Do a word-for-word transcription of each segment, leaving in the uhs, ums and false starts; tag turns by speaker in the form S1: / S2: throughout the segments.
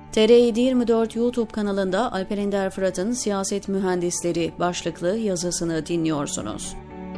S1: T R yedi yirmi dört YouTube kanalında Alper Ender Fırat'ın Siyaset Mühendisleri başlıklı yazısını dinliyorsunuz.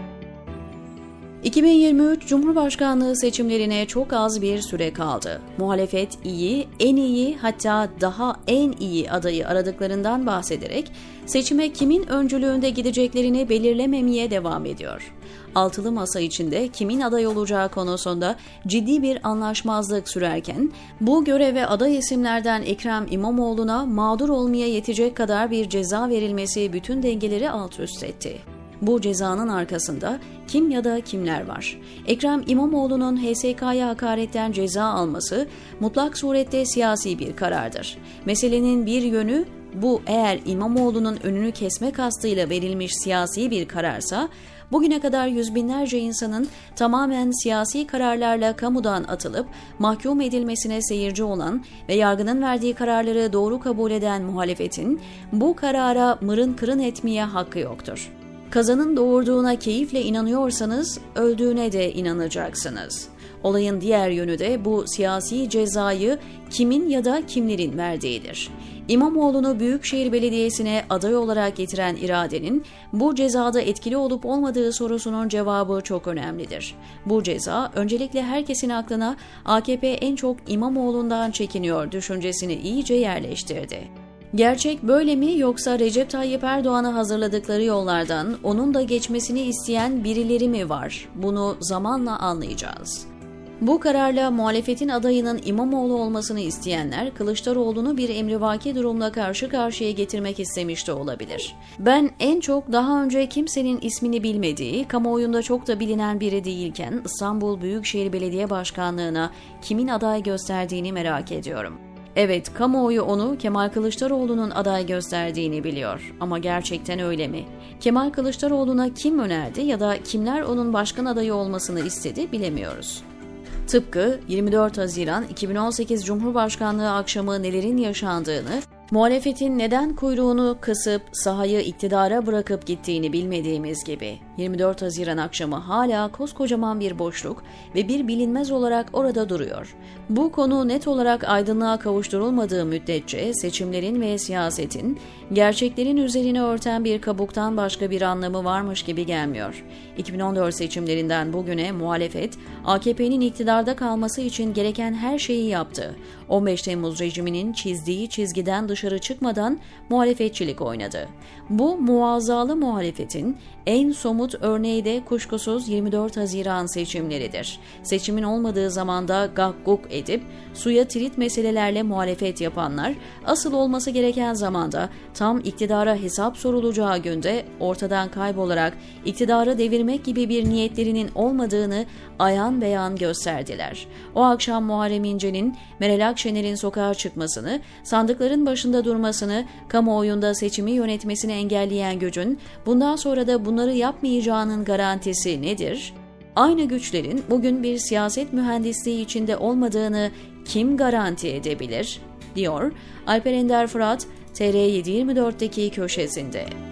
S1: iki bin yirmi üç Cumhurbaşkanlığı seçimlerine çok az bir süre kaldı. Muhalefet iyi, en iyi, hatta daha en iyi adayı aradıklarından bahsederek seçime kimin öncülüğünde gideceklerini belirlememeye devam ediyor. Altılı masa içinde kimin aday olacağı konusunda ciddi bir anlaşmazlık sürerken, bu göreve aday isimlerden Ekrem İmamoğlu'na mağdur olmaya yetecek kadar bir ceza verilmesi bütün dengeleri alt üst etti. Bu cezanın arkasında kim ya da kimler var? Ekrem İmamoğlu'nun H S K'ya hakaretten ceza alması mutlak surette siyasi bir karardır. Meselenin bir yönü bu, eğer İmamoğlu'nun önünü kesme kastıyla verilmiş siyasi bir kararsa, bugüne kadar yüz binlerce insanın tamamen siyasi kararlarla kamudan atılıp mahkum edilmesine seyirci olan ve yargının verdiği kararları doğru kabul eden muhalefetin bu karara mırın kırın etmeye hakkı yoktur. Kazanın doğurduğuna keyifle inanıyorsanız öldüğüne de inanacaksınız. Olayın diğer yönü de bu siyasi cezayı kimin ya da kimlerin verdiğidir. İmamoğlu'nu Büyükşehir Belediyesi'ne aday olarak getiren iradenin bu cezada etkili olup olmadığı sorusunun cevabı çok önemlidir. Bu ceza öncelikle herkesin aklına A K P en çok İmamoğlu'ndan çekiniyor düşüncesini iyice yerleştirdi. Gerçek böyle mi, yoksa Recep Tayyip Erdoğan'ı hazırladıkları yollardan onun da geçmesini isteyen birileri mi var? Bunu zamanla anlayacağız. Bu kararla muhalefetin adayının İmamoğlu olmasını isteyenler Kılıçdaroğlu'nu bir emrivaki durumla karşı karşıya getirmek istemiş de olabilir. Ben en çok daha önce kimsenin ismini bilmediği, kamuoyunda çok da bilinen biri değilken İstanbul Büyükşehir Belediye Başkanlığı'na kimin aday gösterdiğini merak ediyorum. Evet, kamuoyu onu Kemal Kılıçdaroğlu'nun aday gösterdiğini biliyor. Ama gerçekten öyle mi? Kemal Kılıçdaroğlu'na kim önerdi ya da kimler onun başkan adayı olmasını istedi bilemiyoruz. Tıpkı yirmi dört Haziran iki bin on sekiz Cumhurbaşkanlığı akşamı nelerin yaşandığını, muhalefetin neden kuyruğunu kısıp sahayı iktidara bırakıp gittiğini bilmediğimiz gibi, yirmi dört Haziran akşamı hala koskocaman bir boşluk ve bir bilinmez olarak orada duruyor. Bu konu net olarak aydınlığa kavuşturulmadığı müddetçe seçimlerin ve siyasetin gerçeklerin üzerine örten bir kabuktan başka bir anlamı varmış gibi gelmiyor. iki bin on dört seçimlerinden bugüne muhalefet, A K P'nin iktidarda kalması için gereken her şeyi yaptı. on beş Temmuz rejiminin çizdiği çizgiden dışarı çıkmadan muhalefetçilik oynadı. Bu muazzalı muhalefetin en somut örneği de kuşkusuz yirmi dört Haziran seçimleridir. Seçimin olmadığı zamanda gakkuk edip suya tirit meselelerle muhalefet yapanlar, asıl olması gereken zamanda tam iktidara hesap sorulacağı günde ortadan kaybolarak iktidarı devirmek gibi bir niyetlerinin olmadığını ayan beyan gösterdiler. O akşam Muharrem İnce'nin, Meral Akşener'in sokağa çıkmasını, sandıkların başında durmasını, kamuoyunda seçimi yönetmesini engelleyen gücün bundan sonra da bunları yapmayacağının garantisi nedir? Aynı güçlerin bugün bir siyaset mühendisliği içinde olmadığını kim garanti edebilir? Diyor Alper Ender Fırat, T R yedi yirmi dört'teki köşesinde.